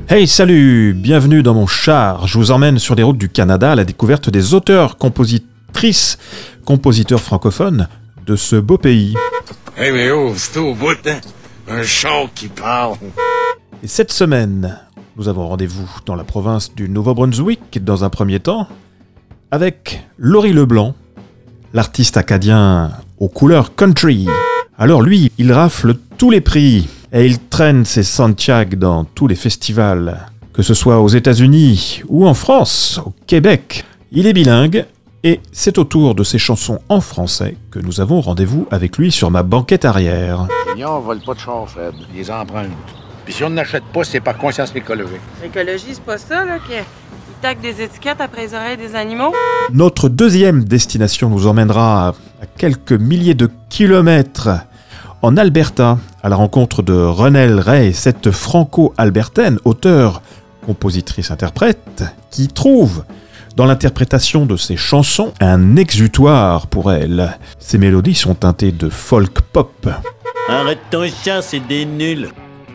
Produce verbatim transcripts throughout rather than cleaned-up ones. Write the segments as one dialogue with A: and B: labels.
A: Hey, salut! Bienvenue dans mon char. Je vous emmène sur les routes du Canada à la découverte des auteurs, compositrices, compositeurs francophones de ce beau pays.
B: Hey, mais oh, c'est au bout, hein? Un char qui parle.
A: Et cette semaine, nous avons rendez-vous dans la province du Nouveau-Brunswick, dans un premier temps, avec Laurie Leblanc, l'artiste acadien aux couleurs country. Alors lui, il rafle tous les prix. Et il traîne ses Santiago dans tous les festivals, que ce soit aux États-Unis ou en France, au Québec. Il est bilingue et c'est au tour de ses chansons en français que nous avons rendez-vous avec lui sur ma banquette arrière.
B: On vole pas de char, Fred. Ils les empruntent. Puis si on n'achète pas, c'est par conscience écologique.
C: L'écologie, c'est pas ça, là, qu'ils taquent des étiquettes après les oreilles des animaux?
A: Notre deuxième destination nous emmènera à quelques milliers de kilomètres en Alberta, à la rencontre de Renelle Ray, cette franco-albertaine, auteure, compositrice, interprète, qui trouve dans l'interprétation de ses chansons un exutoire pour elle. Ses mélodies sont teintées de folk pop.
D: Arrête ton chat, c'est des nuls.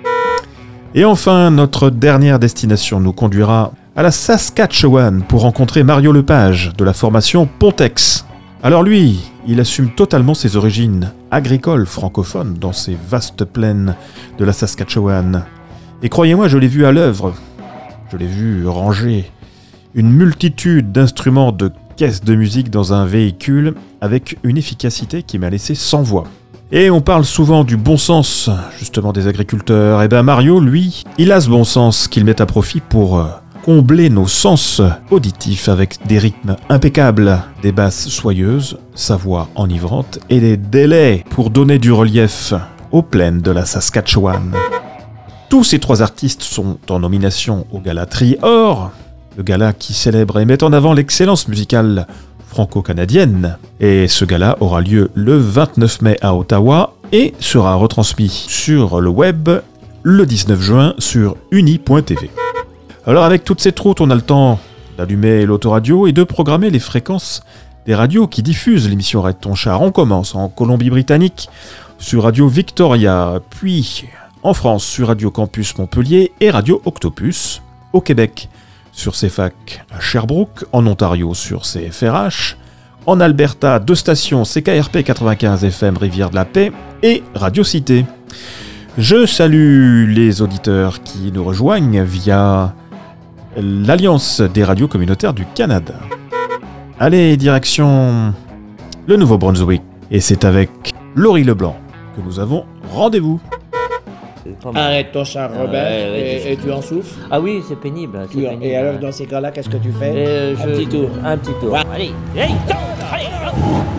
A: Et enfin, notre dernière destination nous conduira à la Saskatchewan pour rencontrer Mario Lepage de la formation Pontex. Alors lui, il assume totalement ses origines agricoles francophones dans ces vastes plaines de la Saskatchewan. Et croyez-moi, je l'ai vu à l'œuvre. Je l'ai vu ranger une multitude d'instruments de caisses de musique dans un véhicule avec une efficacité qui m'a laissé sans voix. Et on parle souvent du bon sens, justement, des agriculteurs. Et ben Mario, lui, il a ce bon sens qu'il met à profit pour Euh, combler nos sens auditifs avec des rythmes impeccables, des basses soyeuses, sa voix enivrante et des délais pour donner du relief aux plaines de la Saskatchewan. Tous ces trois artistes sont en nomination au Gala Tri-Or, le gala qui célèbre et met en avant l'excellence musicale franco-canadienne. Et ce gala aura lieu le vingt-neuf mai à Ottawa et sera retransmis sur le web le dix-neuf juin sur uni point t v. Alors avec toute cette route, on a le temps d'allumer l'autoradio et de programmer les fréquences des radios qui diffusent l'émission Arrête ton char. On commence en Colombie-Britannique sur Radio Victoria, puis en France sur Radio Campus Montpellier et Radio Octopus, au Québec sur C F A C à Sherbrooke, en Ontario sur C F R H, en Alberta, deux stations C K R P quatre-vingt-quinze F M Rivière de la Paix et Radio Cité. Je salue les auditeurs qui nous rejoignent via l'Alliance des radios communautaires du Canada. Allez, direction le Nouveau-Brunswick. Et c'est avec Laurie Leblanc que nous avons rendez-vous.
E: Arrête ton char, Robert,
F: ouais, ouais,
E: et, et tu en souffles.
F: Ah oui, c'est pénible. C'est
E: Tu-
F: pénible.
E: et alors, dans ces cas-là, qu'est-ce que tu fais?
F: Euh,
E: Un
F: je-
E: petit tour.
F: Un petit tour.
E: Ouais.
F: Allez, hey, tourne, allez, hop.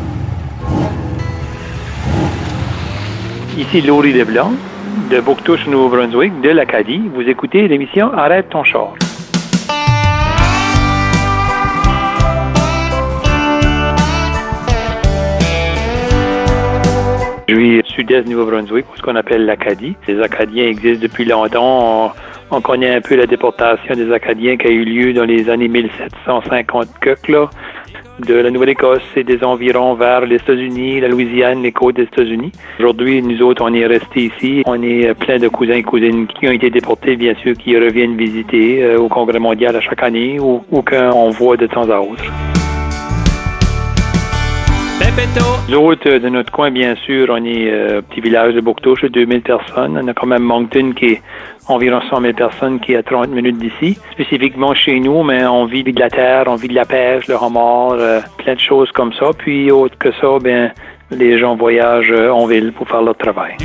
G: Ici Laurie Leblanc, de Bouctouche, Nouveau-Brunswick, de l'Acadie. Vous écoutez l'émission Arrête ton char. Je vis sud-est Nouveau-Brunswick, ce qu'on appelle l'Acadie. Les Acadiens existent depuis longtemps. On, on connaît un peu la déportation des Acadiens qui a eu lieu dans les années mille sept cent cinquante quelques, là, de la Nouvelle-Écosse et des environs vers les États-Unis, la Louisiane, les côtes des États-Unis. Aujourd'hui, nous autres, on est restés ici. On est plein de cousins et cousines qui ont été déportés, bien sûr, qui reviennent visiter euh, au Congrès mondial à chaque année ou, ou qu'on voit de temps à autre. Nous autres, de notre coin, bien sûr, on est euh, petit village de Bouctouche, deux mille personnes. On a quand même Moncton qui est environ cent mille personnes qui est à trente minutes d'ici. Spécifiquement chez nous, mais on vit de la terre, on vit de la pêche, le homard, euh, plein de choses comme ça. Puis autre que ça, bien, les gens voyagent euh, en ville pour faire leur travail.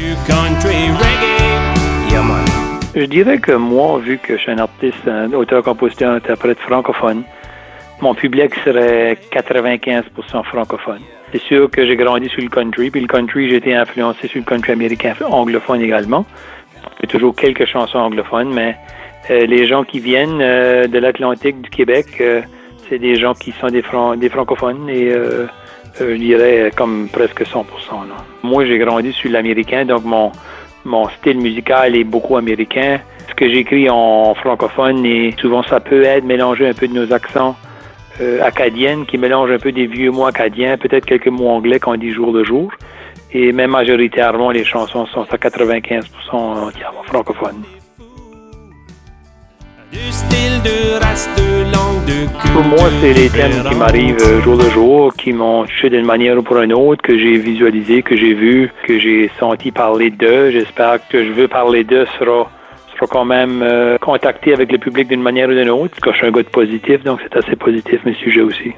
G: Je dirais que moi, vu que je suis un artiste, un auteur, compositeur, interprète francophone, mon public serait quatre-vingt-quinze pour cent francophone. C'est sûr que j'ai grandi sur le country, puis le country, j'ai été influencé sur le country américain anglophone également. J'ai toujours quelques chansons anglophones, mais euh, les gens qui viennent euh, de l'Atlantique, du Québec, euh, c'est des gens qui sont des, fran- des francophones et euh, euh, je dirais comme presque cent pour cent. Là. Moi, j'ai grandi sur l'américain, donc mon, mon style musical est beaucoup américain. Ce que j'écris en francophone, et souvent ça peut être mélanger un peu de nos accents Euh, acadienne qui mélange un peu des vieux mots acadiens, peut-être quelques mots anglais qu'on dit jour de jour. Et même majoritairement, les chansons sont à quatre-vingt-quinze pour cent entièrement francophones.
H: style, de race, de langue, de culture.
G: Pour moi, c'est les thèmes qui m'arrivent euh, jour le jour, qui m'ont touché d'une manière ou pour une autre, que j'ai visualisé, que j'ai vu, que j'ai senti parler d'eux. J'espère que je veux parler d'eux sera, sera quand même euh, contacté avec le public d'une manière ou d'une autre. Parce que je suis un gars de positif, donc c'est assez positif mes sujets aussi.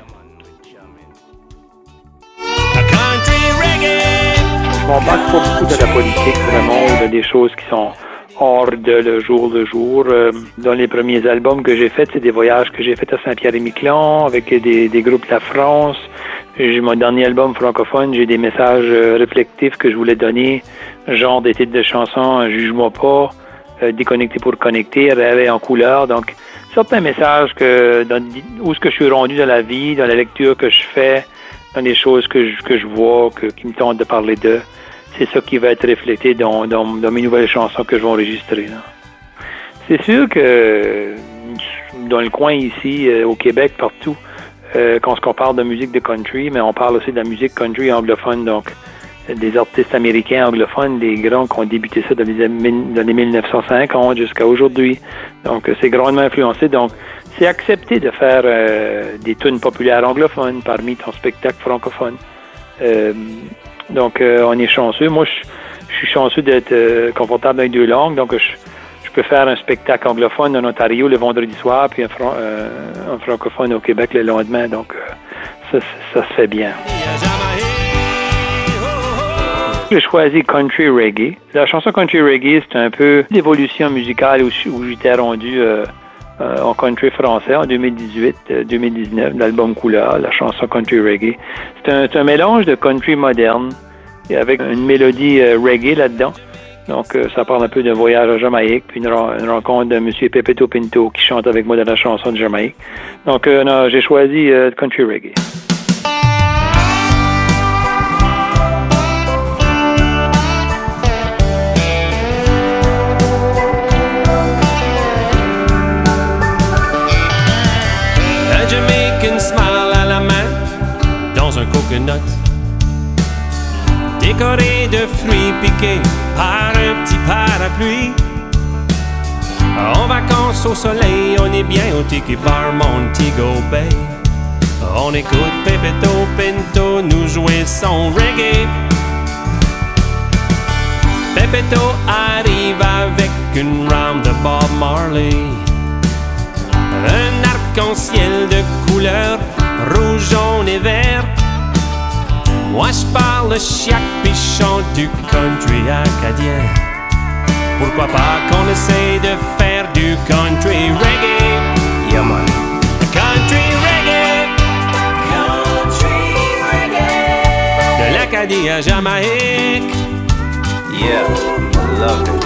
G: Je m'embarque pas beaucoup dans la politique, vraiment, ou dans des choses qui sont hors de le jour le jour. Euh, dans les premiers albums que j'ai faits, c'est des voyages que j'ai faits à Saint-Pierre-et-Miquelon avec des, des groupes de la France. J'ai mon dernier album francophone, j'ai des messages euh, réflectifs que je voulais donner, genre des titres de chansons, Juge-moi pas, euh, Déconnecté pour connecter, Réveil en couleur. Donc, certains messages que dans, où est-ce que je suis rendu dans la vie, dans la lecture que je fais, dans les choses que je, que je vois, que, qui me tentent de parler d'eux. C'est ça qui va être reflété dans, dans, dans mes nouvelles chansons que je vais enregistrer. Là. C'est sûr que dans le coin ici, euh, au Québec, partout, euh, quand on parle de musique de country, mais on parle aussi de la musique country anglophone, donc des artistes américains anglophones, des grands qui ont débuté ça dans les, dans les mille neuf cent cinquante jusqu'à aujourd'hui. Donc c'est grandement influencé. Donc c'est accepté de faire euh, des tunes populaires anglophones parmi ton spectacle francophone. Euh, Donc, euh, on est chanceux. Moi, je, je suis chanceux d'être euh, confortable dans les deux langues. Donc, je, je peux faire un spectacle anglophone en Ontario le vendredi soir, puis un, fran- euh, un francophone au Québec le lendemain. Donc, euh, ça, ça se fait bien. J'ai choisi Country Reggae. La chanson Country Reggae, c'est un peu l'évolution musicale où, où j'étais rendu euh, euh, en country français en deux mille dix-huit deux mille dix-neuf, l'album Couleur, la chanson Country Reggae. C'est un, c'est un mélange de country moderne et avec une mélodie euh, reggae là-dedans. Donc, euh, ça parle un peu d'un voyage à Jamaïque, puis une, une rencontre de M. Pepito Pinto qui chante avec moi dans la chanson de Jamaïque. Donc, euh, non, j'ai choisi euh, Country Reggae.
H: Un Jamaican smile à la main dans un coconut, décoré de fruits piqués par un petit parapluie. En vacances au soleil, on est bien au Tiki Bar Montego Bay. On écoute Pepito Pinto nous jouer son reggae. Pepito arrive avec une rame de Bob Marley, un arc-en-ciel de couleurs rouge, jaune et vert. Moi je parle chiac puis chante du country acadien. Pourquoi pas qu'on essaye de faire du country reggae?
I: Yeah man.
H: Country reggae.
I: Country reggae.
H: De l'Acadie à Jamaïque.
I: Yeah, love it.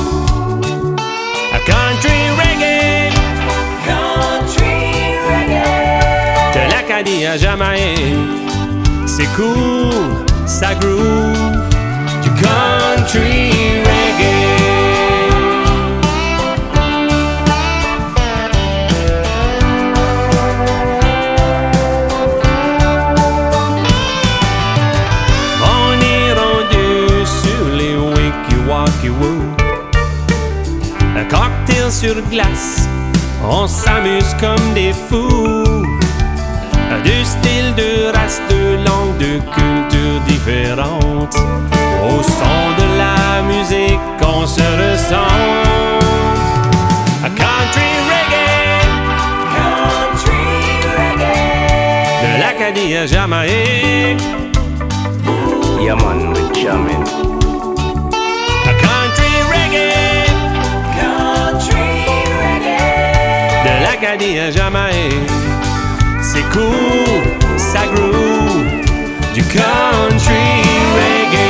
H: Country reggae.
I: Country reggae.
H: De l'Acadie à Jamaïque. C'est cool, ça groove, du country reggae. On est rendu sur les wiki-waki-woo. Un cocktail sur glace, on s'amuse comme des fous. De style, de race, de langue, de culture différentes. Au son de la musique, on se ressent. A country reggae.
I: Country reggae.
H: De l'Acadie à Jamaïque.
I: Yeah man, we're jamming.
H: A country reggae.
I: Country reggae.
H: De l'Acadie à Jamaïque. C'est cool, ça groove, du country reggae.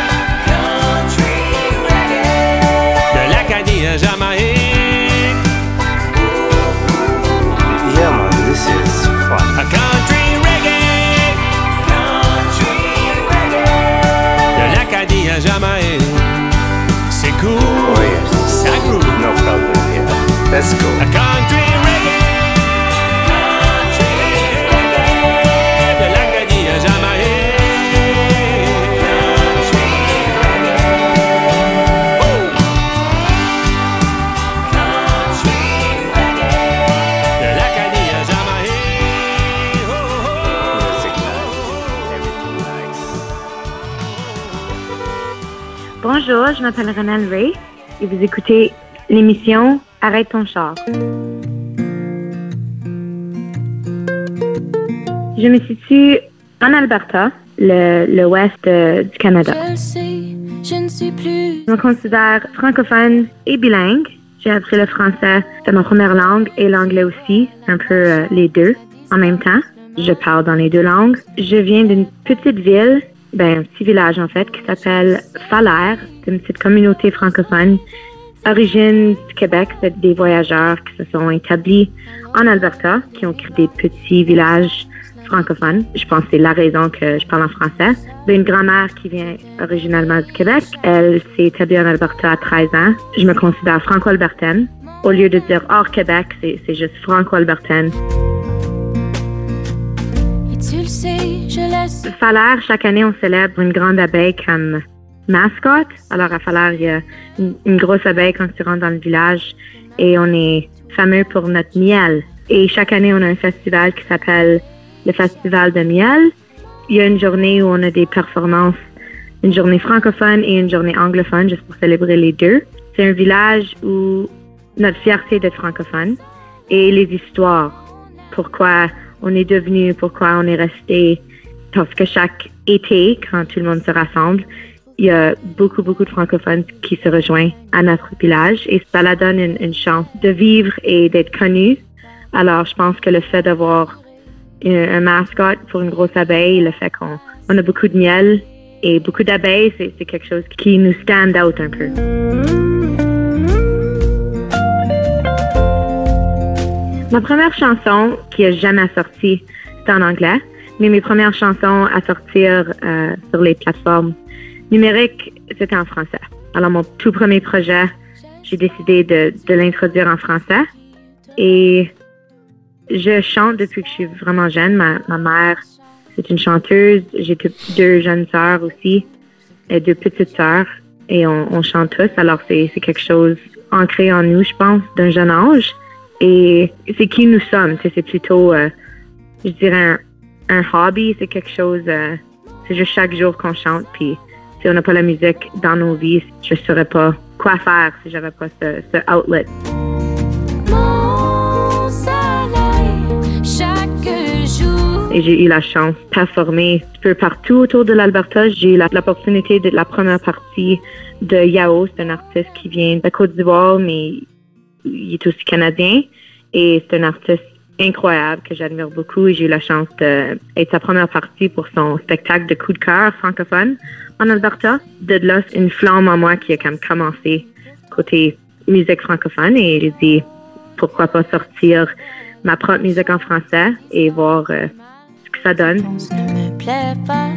H: Jamaïque,
I: Let's go.
H: A country reggae. Country reggae. De l'Acadie à Jamaïque. Country reggae. Woo! Country reggae. De l'Acadie à Jamaïque. Oh, oh, oh.
I: Music nice. Everything nice.
J: Bonjour, je m'appelle Renelle Ray et vous écoutez l'émission Arrête ton char. Je me situe en Alberta, le, le ouest euh, du Canada.
K: Je le sais, je ne suis plus.
J: Je me considère francophone et bilingue. J'ai appris le français, c'est ma première langue, et l'anglais aussi, un peu euh, les deux en même temps. Je parle dans les deux langues. Je viens d'une petite ville, ben un petit village en fait, qui s'appelle Falaire. C'est une petite communauté francophone. Origine du Québec, c'est des voyageurs qui se sont établis en Alberta, qui ont créé des petits villages francophones. Je pense que c'est la raison que je parle en français. J'ai une grand-mère qui vient originalement du Québec. Elle s'est établie en Alberta à treize ans. Je me considère franco-albertaine. Au lieu de dire hors Québec, c'est, c'est juste franco-albertaine.
K: Et tu le sais, je laisse.
J: Falaire, chaque année, on célèbre une grande abeille comme mascotte. Alors, à Falaire, il y a une, une grosse abeille quand tu rentres dans le village et on est fameux pour notre miel. Et chaque année, on a un festival qui s'appelle le Festival de miel. Il y a une journée où on a des performances, une journée francophone et une journée anglophone, juste pour célébrer les deux. C'est un village où notre fierté d'être francophone et les histoires, pourquoi on est devenu, pourquoi on est resté, parce que chaque été, quand tout le monde se rassemble, il y a beaucoup, beaucoup de francophones qui se rejoignent à notre village et ça la donne une, une chance de vivre et d'être connu. Alors, je pense que le fait d'avoir un, un mascotte pour une grosse abeille, le fait qu'on on a beaucoup de miel et beaucoup d'abeilles, c'est, c'est quelque chose qui nous stand out un peu. Ma première chanson qui a jamais sorti, c'est en anglais, mais mes premières chansons à sortir euh, sur les plateformes numériques, c'était en français. Alors, mon tout premier projet, j'ai décidé de, de l'introduire en français. Et je chante depuis que je suis vraiment jeune. Ma, ma mère, c'est une chanteuse. J'ai deux jeunes sœurs aussi, et deux petites sœurs. Et on, on chante tous. Alors, c'est, c'est quelque chose ancré en nous, je pense, d'un jeune âge. Et c'est qui nous sommes. C'est, c'est plutôt, euh, je dirais, un, un hobby. C'est quelque chose, euh, c'est juste chaque jour qu'on chante. Puis, si on n'a pas la musique dans nos vies, je ne saurais pas quoi faire si j'avais pas ce, ce outlet.
K: Mon soleil, chaque jour.
J: Et j'ai eu la chance de performer un peu partout autour de l'Alberta. J'ai eu la, l'opportunité de la première partie de Yao. C'est un artiste qui vient de Côte d'Ivoire, mais il est aussi canadien. Et c'est un artiste incroyable que j'admire beaucoup. Et j'ai eu la chance d'être sa première partie pour son spectacle de coup de cœur francophone en Alberta. De là, c'est une flamme en moi qui a comme commencé côté musique francophone et j'ai dit pourquoi pas sortir ma propre musique en français et voir euh, ce que ça donne.
K: Ce ne me plaît pas.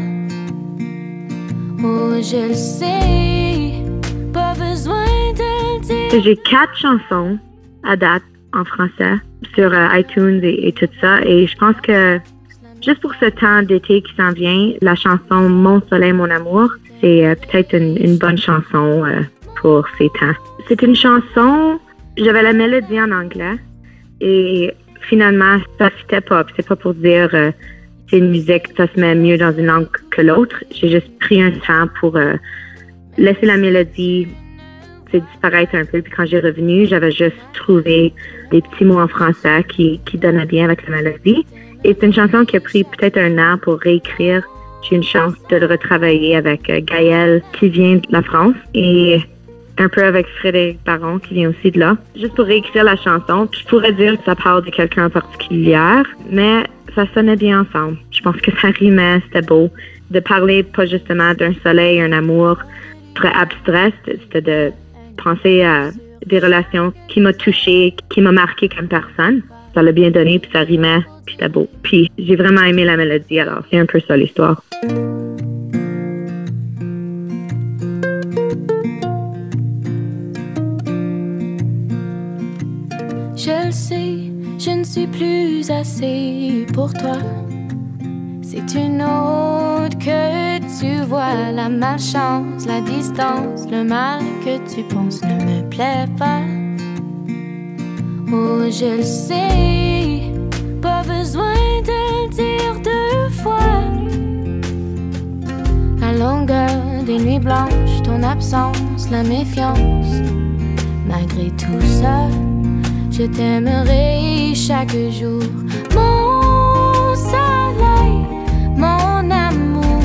K: Oh, je le sais. Pas besoin de le dire.
J: J'ai quatre chansons à date en français sur euh, iTunes et, et tout ça. Et je pense que juste pour ce temps d'été qui s'en vient, la chanson Mon soleil, mon amour, c'est euh, peut-être une, une bonne chanson euh, pour ces temps. C'est une chanson, j'avais la mélodie en anglais et finalement, ça ne fitait pas. Puis c'est pas pour dire euh, c'est une musique, ça se met mieux dans une langue que l'autre. J'ai juste pris un temps pour euh, laisser la mélodie disparaître un peu. Puis quand j'ai revenu, j'avais juste trouvé des petits mots en français qui, qui donnaient bien avec la mélodie. Et c'est une chanson qui a pris peut-être un an pour réécrire. J'ai eu une chance de le retravailler avec euh, Gaël qui vient de la France et un peu avec Frédéric Baron qui vient aussi de là. Juste pour réécrire la chanson, je pourrais dire que ça parle de quelqu'un en particulier, mais ça sonnait bien ensemble. Je pense que ça rimait, c'était beau. De parler pas justement d'un soleil, un amour très abstrait, c'était de penser à des relations qui m'ont touchée, qui m'ont marqué comme personne. Ça l'a bien donné, puis ça rimait, puis c'était beau. Puis j'ai vraiment aimé la mélodie, alors c'est un peu ça l'histoire.
K: le sais, je ne suis plus assez pour toi. C'est une autre que tu vois, la malchance, la distance, le mal que tu penses ne me plaît pas. Oh, je le sais, pas besoin de le dire deux fois. La longueur des nuits blanches, ton absence, la méfiance. Malgré tout ça, je t'aimerai chaque jour. Mon soleil, mon amour.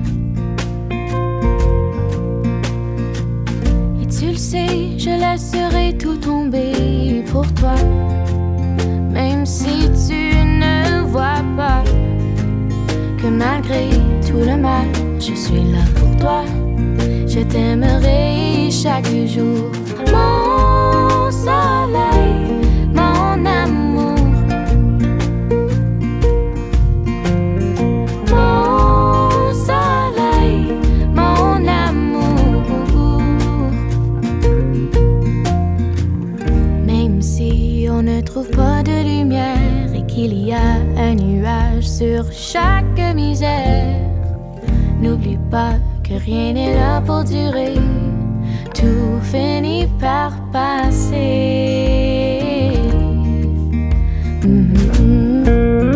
K: Et tu le sais, je laisserai tout tomber pour toi. Même si tu ne vois pas que malgré tout le mal, je suis là pour toi. Je t'aimerai chaque jour. Mon soleil, mon amour. Mon soleil, mon amour. Même si on ne trouve pas de lumière et qu'il y a un nuage sur chaque misère, n'oublie pas que rien n'est là pour durer. Tout finit par passer. Mm-hmm.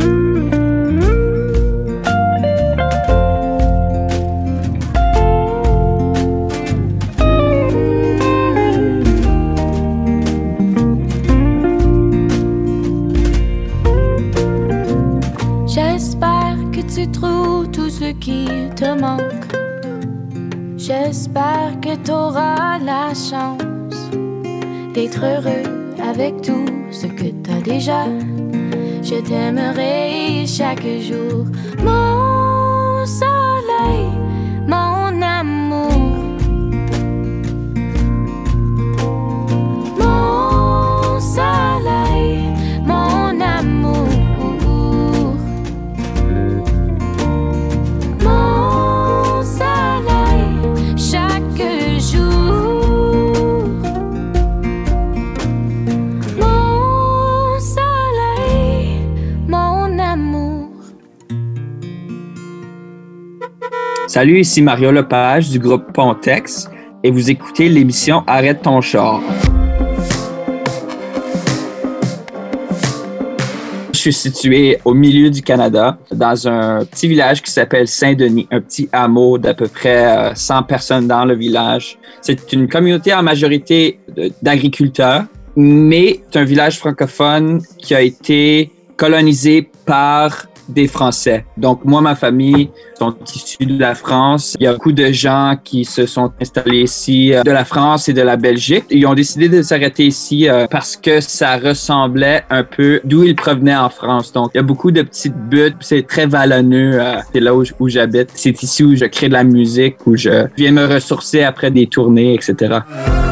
K: J'espère que tu trouves tout ce qui te manque. J'espère que t'auras la chance d'être heureux avec tout ce que t'as déjà. Je t'aimerai chaque jour. Mon soleil, mon amour. Mon soleil, mon amour. Mon soleil, chaque jour. Mon soleil, mon amour.
L: Salut, ici Mario Lepage du groupe Pontex et vous écoutez l'émission Arrête ton char. Je suis situé au milieu du Canada, dans un petit village qui s'appelle Saint-Denis, un petit hameau d'à peu près cent personnes dans le village. C'est une communauté en majorité d'agriculteurs, mais c'est un village francophone qui a été colonisé par des Français. Donc, moi, ma famille sont issus de la France. Il y a beaucoup de gens qui se sont installés ici de la France et de la Belgique. Ils ont décidé de s'arrêter ici euh, parce que ça ressemblait un peu d'où ils provenaient en France. Donc, il y a beaucoup de petites buttes. C'est très vallonneux. Euh, c'est là où, où j'habite. C'est ici où je crée de la musique, où je viens me ressourcer après des tournées, et cetera.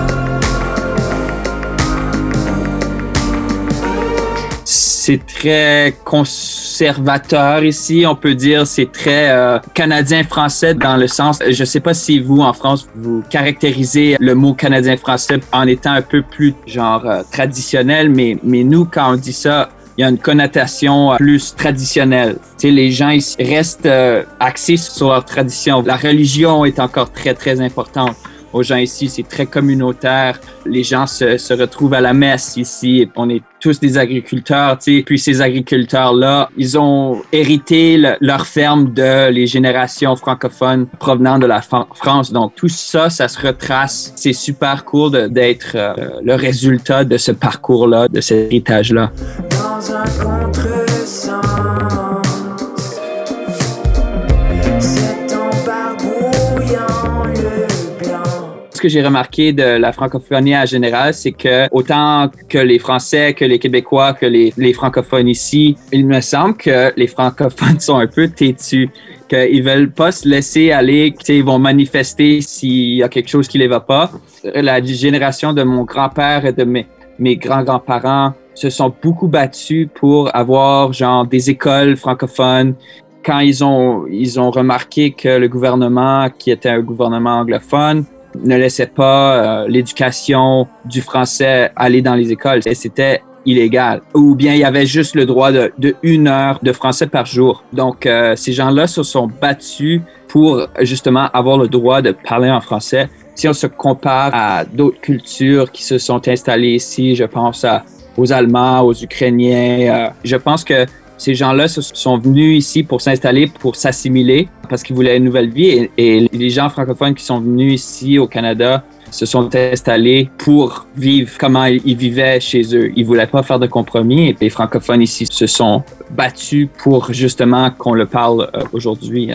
L: C'est très conservateur ici, on peut dire. C'est très euh, canadien-français dans le sens, je ne sais pas si vous, en France, vous caractérisez le mot canadien-français en étant un peu plus genre euh, traditionnel, mais, mais nous, quand on dit ça, il y a une connotation euh, plus traditionnelle. Tu sais, les gens ici restent euh, axés sur leur tradition. La religion est encore très, très importante. Aux gens ici, c'est très communautaire. Les gens se, se retrouvent à la messe ici. On est tous des agriculteurs, tu sais. Puis ces agriculteurs-là, ils ont hérité le, leur ferme de les générations francophones provenant de la fa- France. Donc tout ça, ça se retrace. C'est super cool de, d'être euh, le résultat de ce parcours-là, de cet héritage-là. Dans un contresens. Ce que j'ai remarqué de la francophonie en général, c'est que autant que les Français, que les Québécois, que les, les francophones ici, il me semble que les francophones sont un peu têtus, qu'ils veulent pas se laisser aller, ils vont manifester s'il y a quelque chose qui les va pas. La génération de mon grand-père et de mes, mes grands-grands-parents se sont beaucoup battus pour avoir genre des écoles francophones. Quand ils ont, ils ont remarqué que le gouvernement, qui était un gouvernement anglophone, ne laissait pas euh, l'éducation du français aller dans les écoles. Et c'était illégal. Ou bien il y avait juste le droit de, de une heure de français par jour. Donc, euh, ces gens-là se sont battus pour justement avoir le droit de parler en français. Si on se compare à d'autres cultures qui se sont installées ici, je pense à, aux Allemands, aux Ukrainiens, euh, je pense que ces gens-là sont venus ici pour s'installer, pour s'assimiler, parce qu'ils voulaient une nouvelle vie. Et, et les gens francophones qui sont venus ici au Canada se sont installés pour vivre comment ils vivaient chez eux. Ils voulaient pas faire de compromis. Et les francophones ici se sont battus pour justement qu'on le parle euh, aujourd'hui.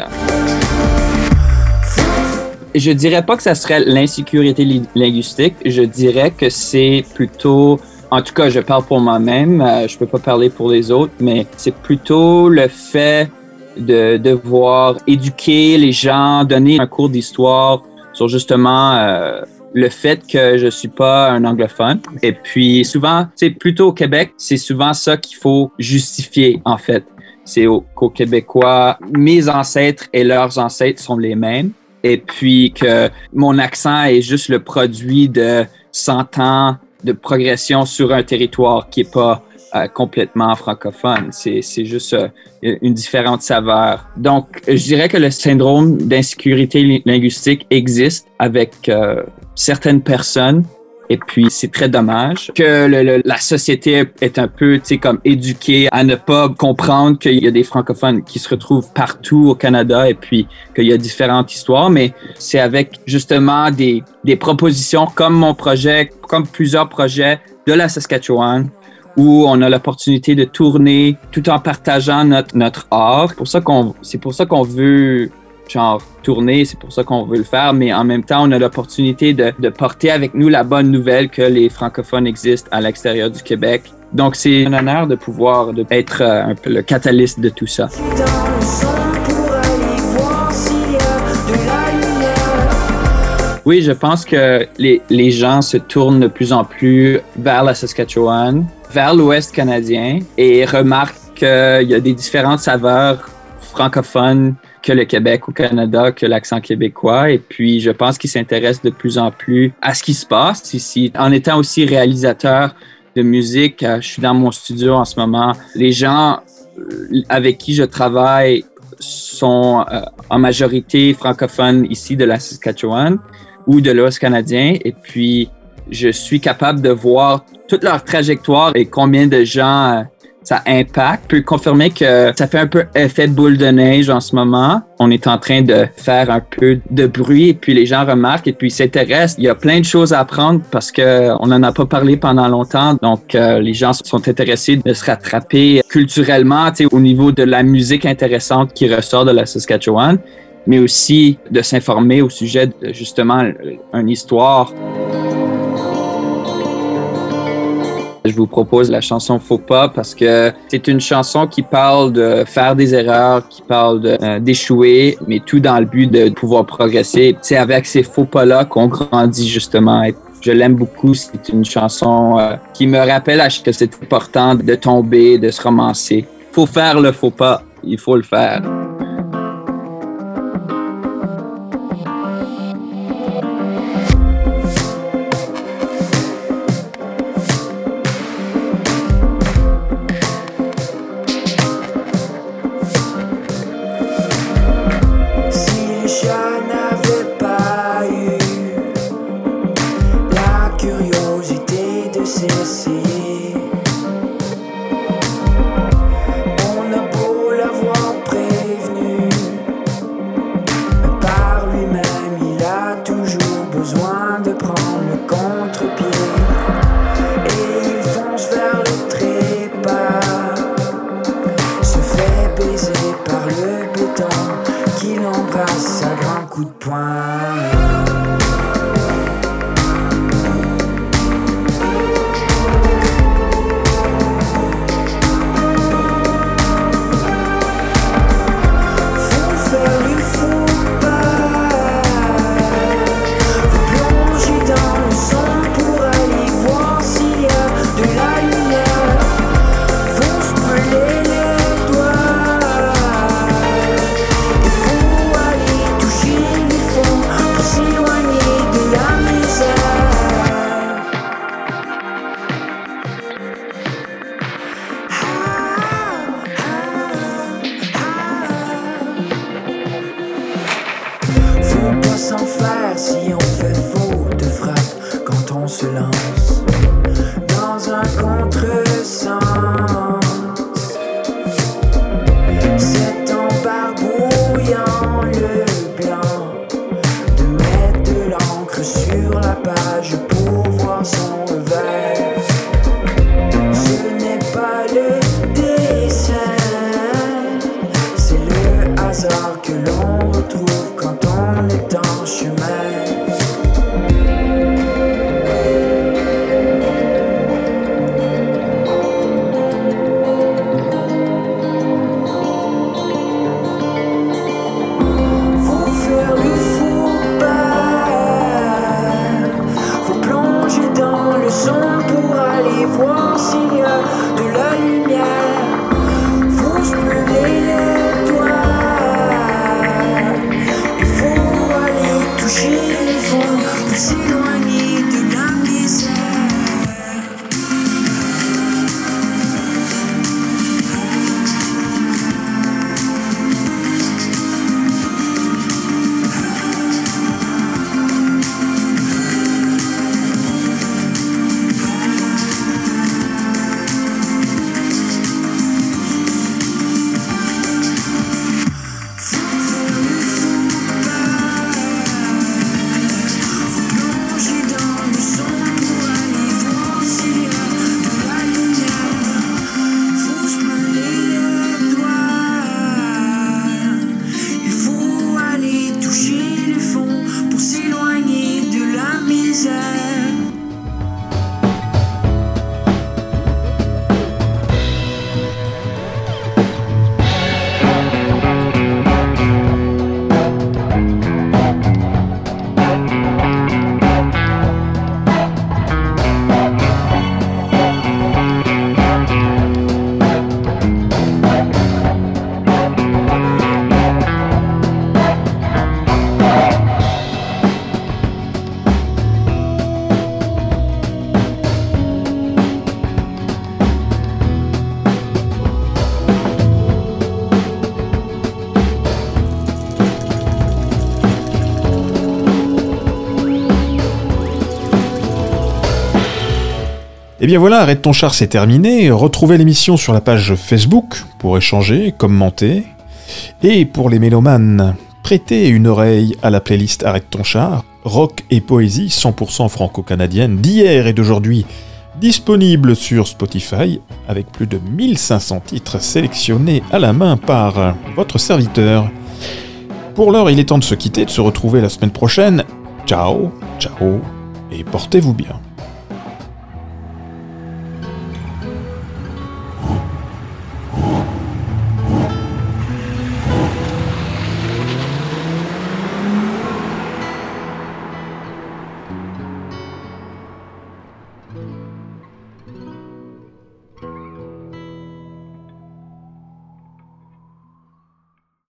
L: Je dirais pas que ça serait l'insécurité li- linguistique. Je dirais que c'est plutôt... En tout cas, je parle pour moi-même, euh, je peux pas parler pour les autres, mais c'est plutôt le fait de devoir éduquer les gens, donner un cours d'histoire sur justement euh, le fait que je suis pas un anglophone. Et puis souvent, c'est plutôt au Québec, c'est souvent ça qu'il faut justifier en fait. C'est au, qu'au Québécois, mes ancêtres et leurs ancêtres sont les mêmes. Et puis que mon accent est juste le produit de cent ans de progression sur un territoire qui est pas euh, complètement francophone. C'est, c'est juste euh, une différente saveur. Donc, je dirais que le syndrome d'insécurité linguistique existe avec euh, certaines personnes. Et puis, c'est très dommage que le, le, la société est un peu, tu sais, comme éduquée à ne pas comprendre qu'il y a des francophones qui se retrouvent partout au Canada et puis qu'il y a différentes histoires. Mais c'est avec justement des, des propositions comme mon projet, comme plusieurs projets de la Saskatchewan, où on a l'opportunité de tourner tout en partageant notre, notre art. C'est pour ça qu'on, c'est pour ça qu'on veut genre tourner, c'est pour ça qu'on veut le faire, mais en même temps, on a l'opportunité de, de porter avec nous la bonne nouvelle que les francophones existent à l'extérieur du Québec. Donc, c'est un honneur de pouvoir de être euh, un peu le catalyste de tout ça. Oui, je pense que les, les gens se tournent de plus en plus vers la Saskatchewan, vers l'Ouest canadien et remarquent qu'il y a des différentes saveurs francophones que le Québec au Canada, que l'accent québécois. Et puis, je pense qu'ils s'intéressent de plus en plus à ce qui se passe ici. En étant aussi réalisateur de musique, je suis dans mon studio en ce moment. Les gens avec qui je travaille sont euh, en majorité francophones ici de la Saskatchewan ou de l'Ouest canadien. Et puis, je suis capable de voir toute leur trajectoire et combien de gens euh, ça impacte. Je peux confirmer que ça fait un peu effet boule de neige en ce moment. On est en train de faire un peu de bruit et puis les gens remarquent et puis s'intéressent. Il y a plein de choses à apprendre parce que on n'en a pas parlé pendant longtemps. Donc, euh, les gens sont intéressés de se rattraper culturellement, tu sais, au niveau de la musique intéressante qui ressort de la Saskatchewan, mais aussi de s'informer au sujet de justement une histoire. Je vous propose la chanson Faux pas parce que c'est une chanson qui parle de faire des erreurs, qui parle de, euh, d'échouer, mais tout dans le but de pouvoir progresser. C'est avec ces faux pas-là qu'on grandit justement. Et je l'aime beaucoup. C'est une chanson euh, qui me rappelle que c'est important de tomber, de se romancer. Faut faire le faux pas. Il faut le faire.
M: Toucher les fonds sans faire si on fait faute de frappe quand on se lance dans un contresens. C'est en barbouillant le blanc de mettre de l'encre sur la page pour voir son revers. Ce n'est pas le dessin, c'est le hasard que l'on retrouve quand on est en chemin. Pour aller voir s'il y a de la lumière, faut se brûler les doigts. Il faut aller toucher les fonds pour s'éloigner de la misère.
A: Et bien voilà, Arrête ton char, c'est terminé. Retrouvez l'émission sur la page Facebook pour échanger, commenter. Et pour les mélomanes, prêtez une oreille à la playlist Arrête ton char, rock et poésie cent pour cent franco-canadienne d'hier et d'aujourd'hui, disponible sur Spotify, avec plus de mille cinq cents titres sélectionnés à la main par votre serviteur. Pour l'heure, il est temps de se quitter, de se retrouver la semaine prochaine. Ciao, ciao, et portez-vous bien.